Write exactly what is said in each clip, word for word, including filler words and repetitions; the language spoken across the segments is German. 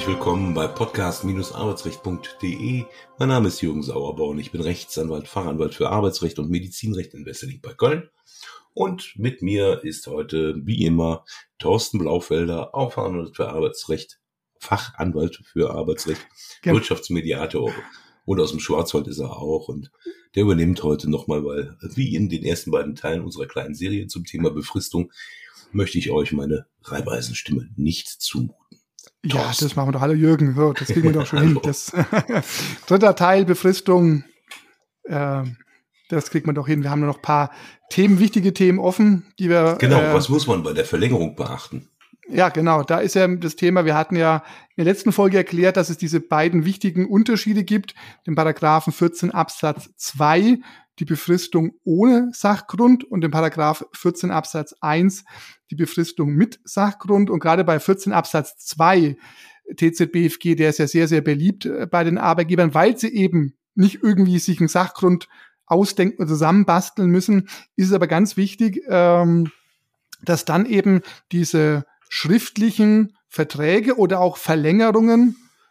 willkommen bei podcast Bindestrich arbeitsrecht punkt de. Mein Name ist Jürgen Sauerbauer und ich bin Rechtsanwalt, Fachanwalt für Arbeitsrecht und Medizinrecht in Wesseling bei Köln. Und mit mir ist heute, wie immer, Thorsten Blaufelder, auch Fachanwalt für Arbeitsrecht, Fachanwalt für Arbeitsrecht, ja. Wirtschaftsmediator. Und aus dem Schwarzwald ist er auch. Und der übernimmt heute nochmal, weil, wie in den ersten beiden Teilen unserer kleinen Serie zum Thema Befristung, möchte ich euch meine Reibeisenstimme nicht zumuten. Ja, Thorsten. Das machen wir doch. Hallo Jürgen, so, das kriegen wir doch schon hin. Das, dritter Teil, Befristung, äh, das kriegt man doch hin. Wir haben nur noch ein paar Themen, wichtige Themen offen, die wir... Genau, äh, was muss man bei der Verlängerung beachten? Ja, genau, da ist ja das Thema, wir hatten ja in der letzten Folge erklärt, dass es diese beiden wichtigen Unterschiede gibt, den Paragraphen vierzehn Absatz zwei, die Befristung ohne Sachgrund, und den Paragraph vierzehn Absatz eins, die Befristung mit Sachgrund. Und gerade bei vierzehn Absatz zwei T Z B F G, der ist ja sehr, sehr beliebt bei den Arbeitgebern, weil sie eben nicht irgendwie sich einen Sachgrund ausdenken oder zusammenbasteln müssen, ist es aber ganz wichtig, ähm, dass dann eben diese schriftlichen Verträge oder auch Verlängerungen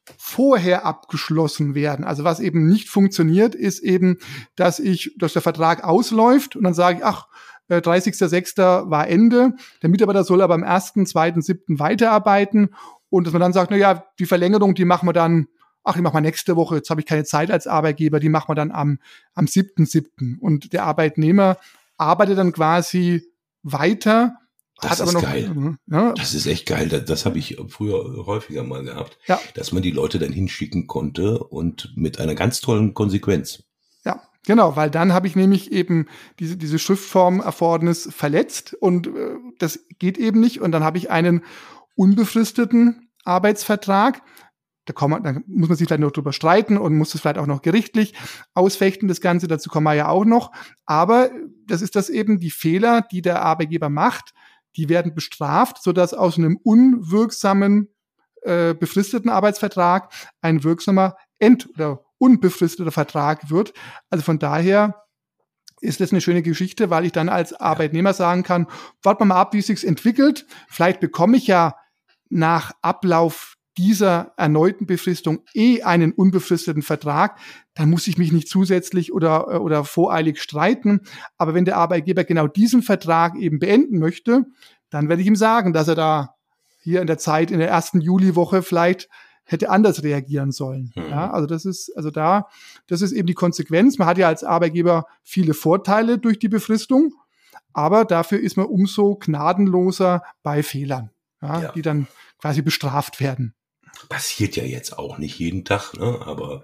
vorher abgeschlossen werden. Also was eben nicht funktioniert, ist eben, dass ich, dass der Vertrag ausläuft und dann sage ich, ach, dreißigster sechster war Ende, der Mitarbeiter soll aber am ersten, zweiten, siebten weiterarbeiten und dass man dann sagt, na ja, die Verlängerung, die machen wir dann, ach, die machen wir nächste Woche, jetzt habe ich keine Zeit als Arbeitgeber, die machen wir dann am, am siebten siebten Und der Arbeitnehmer arbeitet dann quasi weiter. Das Hat ist aber noch, geil. Ja. Das ist echt geil. Das, das habe ich früher häufiger mal gehabt, ja. dass man die Leute dann hinschicken konnte und mit einer ganz tollen Konsequenz. Ja, genau, weil dann habe ich nämlich eben diese, diese Schriftformerfordernis verletzt und äh, das geht eben nicht. Und dann habe ich einen unbefristeten Arbeitsvertrag. Da, kann man, da muss man sich vielleicht noch drüber streiten und muss es vielleicht auch noch gerichtlich ausfechten, das Ganze. Dazu kommen wir ja auch noch. Aber das ist das eben, die Fehler, die der Arbeitgeber macht, die werden bestraft, sodass aus einem unwirksamen äh, befristeten Arbeitsvertrag ein wirksamer ent- oder unbefristeter Vertrag wird. Also von daher ist das eine schöne Geschichte, weil ich dann als Arbeitnehmer sagen kann, warten wir mal ab, wie es sich entwickelt. Vielleicht bekomme ich ja nach Ablauf dieser erneuten Befristung eh einen unbefristeten Vertrag, dann muss ich mich nicht zusätzlich oder, oder voreilig streiten. Aber wenn der Arbeitgeber genau diesen Vertrag eben beenden möchte, dann werde ich ihm sagen, dass er da hier in der Zeit, in der ersten Juliwoche vielleicht hätte anders reagieren sollen. Mhm. Ja, also das ist, also da, das ist eben die Konsequenz. Man hat ja als Arbeitgeber viele Vorteile durch die Befristung, aber dafür ist man umso gnadenloser bei Fehlern, ja, ja. die dann quasi bestraft werden. Passiert ja jetzt auch nicht jeden Tag, ne? Aber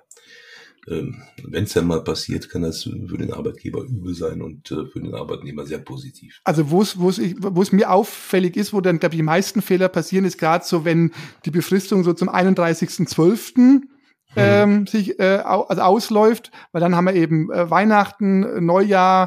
ähm, wenn es dann mal passiert, kann das für den Arbeitgeber übel sein und äh, für den Arbeitnehmer sehr positiv. Also wo es wo es wo es mir auffällig ist, wo dann glaube ich die meisten Fehler passieren, ist gerade so, wenn die Befristung so zum einunddreißigsten zwölften ähm, hm. sich äh, also ausläuft, weil dann haben wir eben äh, Weihnachten, Neujahr,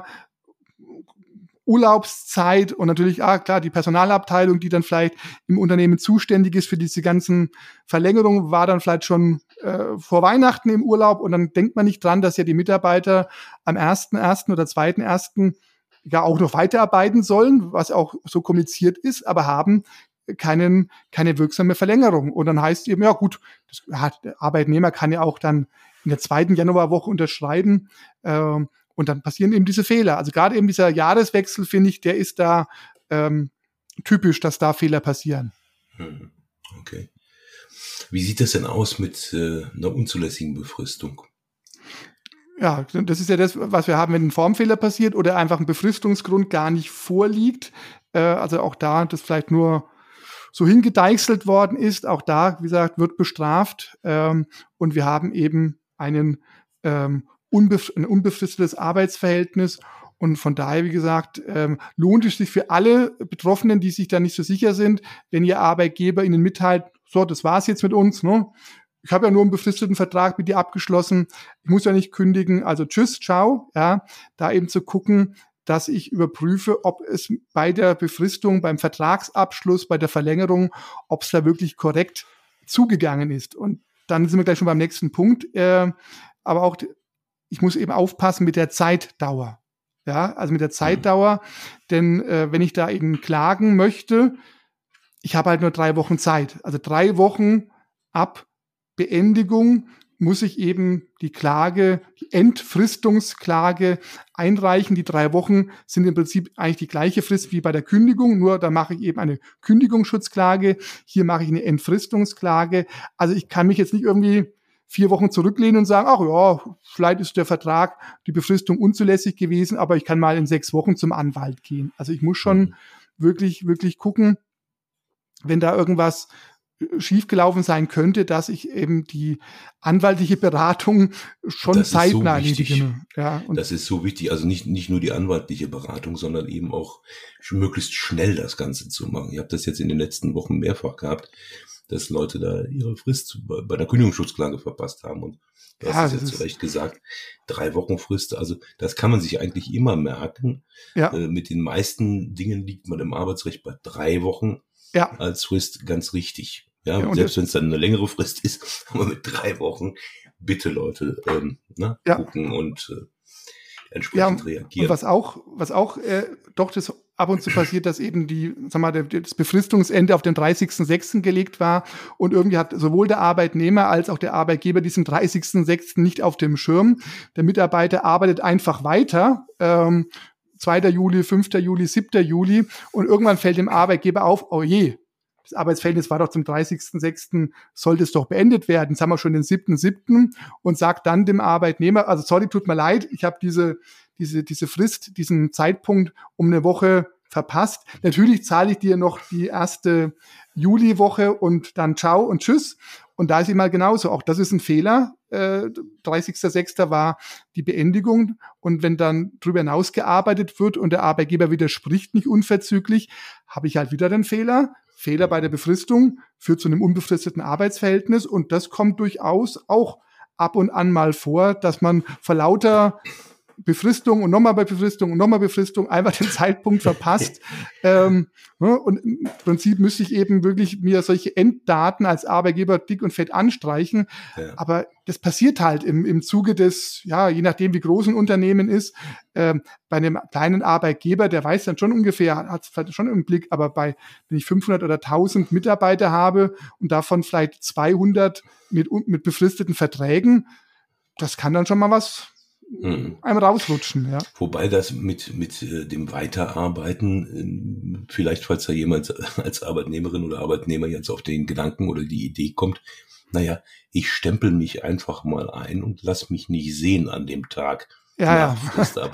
Urlaubszeit und natürlich, ah, klar, die Personalabteilung, die dann vielleicht im Unternehmen zuständig ist für diese ganzen Verlängerungen, war dann vielleicht schon äh, vor Weihnachten im Urlaub und dann denkt man nicht dran, dass ja die Mitarbeiter am ersten ersten oder zweiten ersten ja auch noch weiterarbeiten sollen, was auch so kommuniziert ist, aber haben keinen, keine wirksame Verlängerung. Und dann heißt eben, ja gut, das, ja, der Arbeitnehmer kann ja auch dann in der zweiten Januarwoche unterschreiben, äh, und dann passieren eben diese Fehler. Also gerade eben dieser Jahreswechsel, finde ich, der ist da ähm, typisch, dass da Fehler passieren. Okay. Wie sieht das denn aus mit äh, einer unzulässigen Befristung? Ja, das ist ja das, was wir haben, wenn ein Formfehler passiert oder einfach ein Befristungsgrund gar nicht vorliegt. Äh, also auch da, das vielleicht nur so hingedeichselt worden ist, auch da, wie gesagt, wird bestraft. Ähm, und wir haben eben einen ähm, Unbef- ein unbefristetes Arbeitsverhältnis und von daher, wie gesagt, ähm, lohnt es sich für alle Betroffenen, die sich da nicht so sicher sind, wenn ihr Arbeitgeber ihnen mitteilt, so, das war's jetzt mit uns, ne? Ich habe ja nur einen befristeten Vertrag mit dir abgeschlossen, ich muss ja nicht kündigen, also tschüss, ciao, ja, da eben zu gucken, dass ich überprüfe, ob es bei der Befristung, beim Vertragsabschluss, bei der Verlängerung, ob es da wirklich korrekt zugegangen ist. Und dann sind wir gleich schon beim nächsten Punkt, äh, aber auch ich muss eben aufpassen mit der Zeitdauer. Ja, also mit der Zeitdauer, denn äh, wenn ich da eben klagen möchte, ich habe halt nur drei Wochen Zeit. Also drei Wochen ab Beendigung muss ich eben die Klage, die Entfristungsklage einreichen. Die drei Wochen sind im Prinzip eigentlich die gleiche Frist wie bei der Kündigung, nur da mache ich eben eine Kündigungsschutzklage. Hier mache ich eine Entfristungsklage. Also ich kann mich jetzt nicht irgendwie vier Wochen zurücklehnen und sagen, ach ja, vielleicht ist der Vertrag, die Befristung unzulässig gewesen, aber ich kann mal in sechs Wochen zum Anwalt gehen. Also ich muss schon mhm. wirklich, wirklich gucken, wenn da irgendwas schiefgelaufen sein könnte, dass ich eben die anwaltliche Beratung schon das zeitnah erledige. Ja, und das ist so wichtig, also nicht, nicht nur die anwaltliche Beratung, sondern eben auch möglichst schnell das Ganze zu machen. Ich habe das jetzt in den letzten Wochen mehrfach gehabt, dass Leute da ihre Frist bei der Kündigungsschutzklage verpasst haben. Und du hast ja, es ja zu Recht gesagt, drei Wochen Frist, also das kann man sich eigentlich immer merken. Ja. Äh, mit den meisten Dingen liegt man im Arbeitsrecht bei drei Wochen ja. als Frist ganz richtig. Ja, ja selbst wenn es dann eine längere Frist ist, aber mit drei Wochen, bitte Leute ähm, ne, ja. gucken und äh, entsprechend ja, reagieren. Und was auch, was auch äh, doch das ab und zu passiert, dass eben die, sag mal, das Befristungsende auf den dreißigsten sechsten gelegt war und irgendwie hat sowohl der Arbeitnehmer als auch der Arbeitgeber diesen dreißigsten sechsten nicht auf dem Schirm. Der Mitarbeiter arbeitet einfach weiter, ähm, zweiter Juli, fünfter Juli, siebter Juli und irgendwann fällt dem Arbeitgeber auf, oh je, das Arbeitsverhältnis war doch zum dreißigsten sechsten sollte es doch beendet werden. Jetzt haben wir schon den siebten siebten und sagt dann dem Arbeitnehmer, also sorry, tut mir leid, ich habe diese diese diese Frist, diesen Zeitpunkt um eine Woche verpasst. Natürlich zahle ich dir noch die erste Juliwoche und dann ciao und tschüss. Und da ist immer genauso. Auch das ist ein Fehler. Äh, dreißigster sechster war die Beendigung. Und wenn dann darüber hinaus gearbeitet wird und der Arbeitgeber widerspricht nicht unverzüglich, habe ich halt wieder den Fehler. Fehler bei der Befristung führt zu einem unbefristeten Arbeitsverhältnis. Und das kommt durchaus auch ab und an mal vor, dass man vor lauter Befristung und nochmal bei Befristung und nochmal Befristung einfach den Zeitpunkt verpasst. ähm, und im Prinzip müsste ich eben wirklich mir solche Enddaten als Arbeitgeber dick und fett anstreichen. Ja. Aber das passiert halt im, im Zuge des, ja, je nachdem wie groß ein Unternehmen ist, ähm, bei einem kleinen Arbeitgeber, der weiß dann schon ungefähr, hat es vielleicht schon im Blick, aber bei, wenn ich fünfhundert oder tausend Mitarbeiter habe und davon vielleicht zweihundert mit, mit befristeten Verträgen, das kann dann schon mal was Mhm. einem rausrutschen, ja. Wobei das mit mit äh, dem Weiterarbeiten, äh, vielleicht falls da jemand als Arbeitnehmerin oder Arbeitnehmer jetzt auf den Gedanken oder die Idee kommt, naja, ich stempel mich einfach mal ein und lass mich nicht sehen an dem Tag. Ja, ja.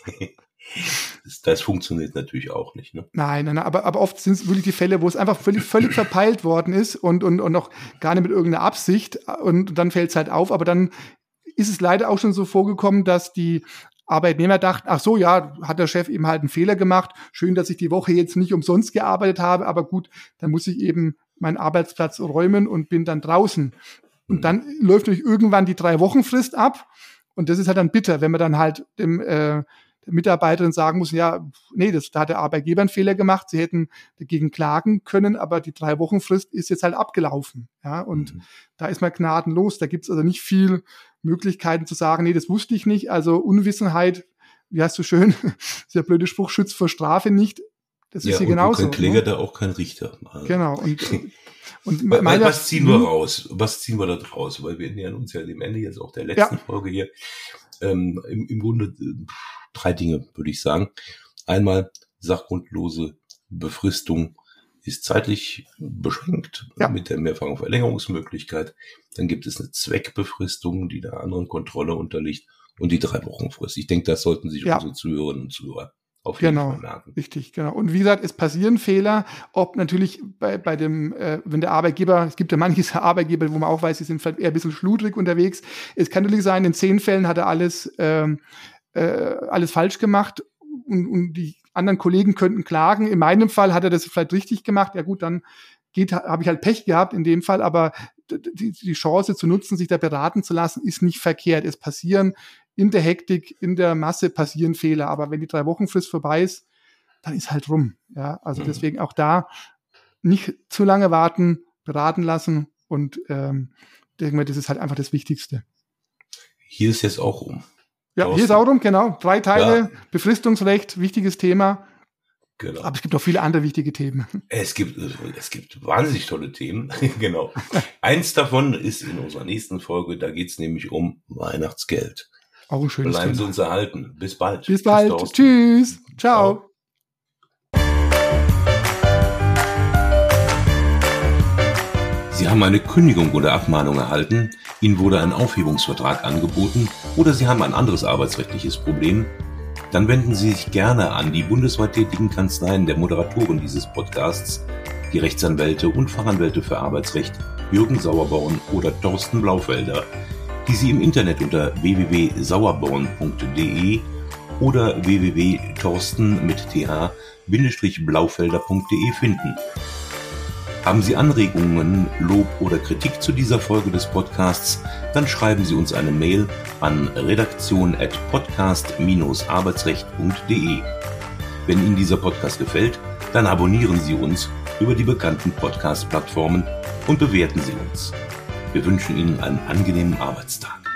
Das, das funktioniert natürlich auch nicht, ne? Nein, nein, aber, aber oft sind es wirklich die Fälle, wo es einfach völlig, völlig verpeilt worden ist und, und, und auch gar nicht mit irgendeiner Absicht und dann fällt es halt auf, aber dann ist es leider auch schon so vorgekommen, dass die Arbeitnehmer dachten, ach so, ja, hat der Chef eben halt einen Fehler gemacht. Schön, dass ich die Woche jetzt nicht umsonst gearbeitet habe, aber gut, dann muss ich eben meinen Arbeitsplatz räumen und bin dann draußen. Und dann läuft natürlich irgendwann die Drei-Wochen-Frist ab. Und das ist halt dann bitter, wenn man dann halt dem äh, der Mitarbeiterin sagen muss, ja, nee, das, da hat der Arbeitgeber einen Fehler gemacht, sie hätten dagegen klagen können, aber die Drei-Wochen-Frist ist jetzt halt abgelaufen. Ja, und mhm. da ist man gnadenlos. Da gibt's also nicht viel Möglichkeiten zu sagen, nee, das wusste ich nicht. Also Unwissenheit, wie heißt so schön, dieser blöde Spruch, schützt vor Strafe nicht. Das ja, ist hier genauso. Kein Kläger, ne? Da auch kein Richter. Also. Genau. Und, und meine, was ziehen wir raus? Was ziehen wir da draus? Weil wir nähern uns ja dem Ende jetzt auch der letzten ja. Folge hier. Ähm, im, Im Grunde äh, drei Dinge, würde ich sagen. Einmal, sachgrundlose Befristung ist zeitlich beschränkt ja. mit der mehrfachen Verlängerungsmöglichkeit. Dann gibt es eine Zweckbefristung, die der anderen Kontrolle unterliegt und die Drei-Wochen-Frist. Ich denke, das sollten sich ja. unsere Zuhörerinnen und Zuhörer auf jeden genau. Fall merken. Richtig, genau. Und wie gesagt, es passieren Fehler, ob natürlich bei, bei dem, äh, wenn der Arbeitgeber, es gibt ja manche Arbeitgeber, wo man auch weiß, sie sind vielleicht eher ein bisschen schludrig unterwegs. Es kann natürlich sein, in zehn Fällen hat er alles, ähm, äh, alles falsch gemacht und, und die anderen Kollegen könnten klagen. In meinem Fall hat er das vielleicht richtig gemacht. Ja gut, dann geht, habe ich halt Pech gehabt in dem Fall, aber die, die Chance zu nutzen, sich da beraten zu lassen, ist nicht verkehrt. Es passieren in der Hektik, in der Masse passieren Fehler, aber wenn die Drei-Wochen-Frist vorbei ist, dann ist halt rum. Ja, also mhm. deswegen auch da nicht zu lange warten, beraten lassen und ähm, denke mal, das ist halt einfach das Wichtigste. Hier ist jetzt auch rum. Ja, hier ist auch rum, genau. Drei Teile, ja. Befristungsrecht, wichtiges Thema. Genau. Aber es gibt auch viele andere wichtige Themen. Es gibt, es gibt wahnsinnig tolle Themen. Genau. Eins davon ist in unserer nächsten Folge, da geht es nämlich um Weihnachtsgeld. Auch ein schönes Bleiben Thema. Sie uns erhalten. Bis bald. Bis bald. Tschüss. Tschüss. Ciao. Ciao. Sie haben eine Kündigung oder Abmahnung erhalten, Ihnen wurde ein Aufhebungsvertrag angeboten oder Sie haben ein anderes arbeitsrechtliches Problem, dann wenden Sie sich gerne an die bundesweit tätigen Kanzleien der Moderatoren dieses Podcasts, die Rechtsanwälte und Fachanwälte für Arbeitsrecht Jürgen Sauerborn oder Thorsten Blaufelder, die Sie im Internet unter w w w punkt sauerborn punkt d e oder w w w punkt thorsten mit th blaufelder punkt d e finden. Haben Sie Anregungen, Lob oder Kritik zu dieser Folge des Podcasts, dann schreiben Sie uns eine Mail an redaktion at podcast dash arbeitsrecht punkt d e. Wenn Ihnen dieser Podcast gefällt, dann abonnieren Sie uns über die bekannten Podcast-Plattformen und bewerten Sie uns. Wir wünschen Ihnen einen angenehmen Arbeitstag.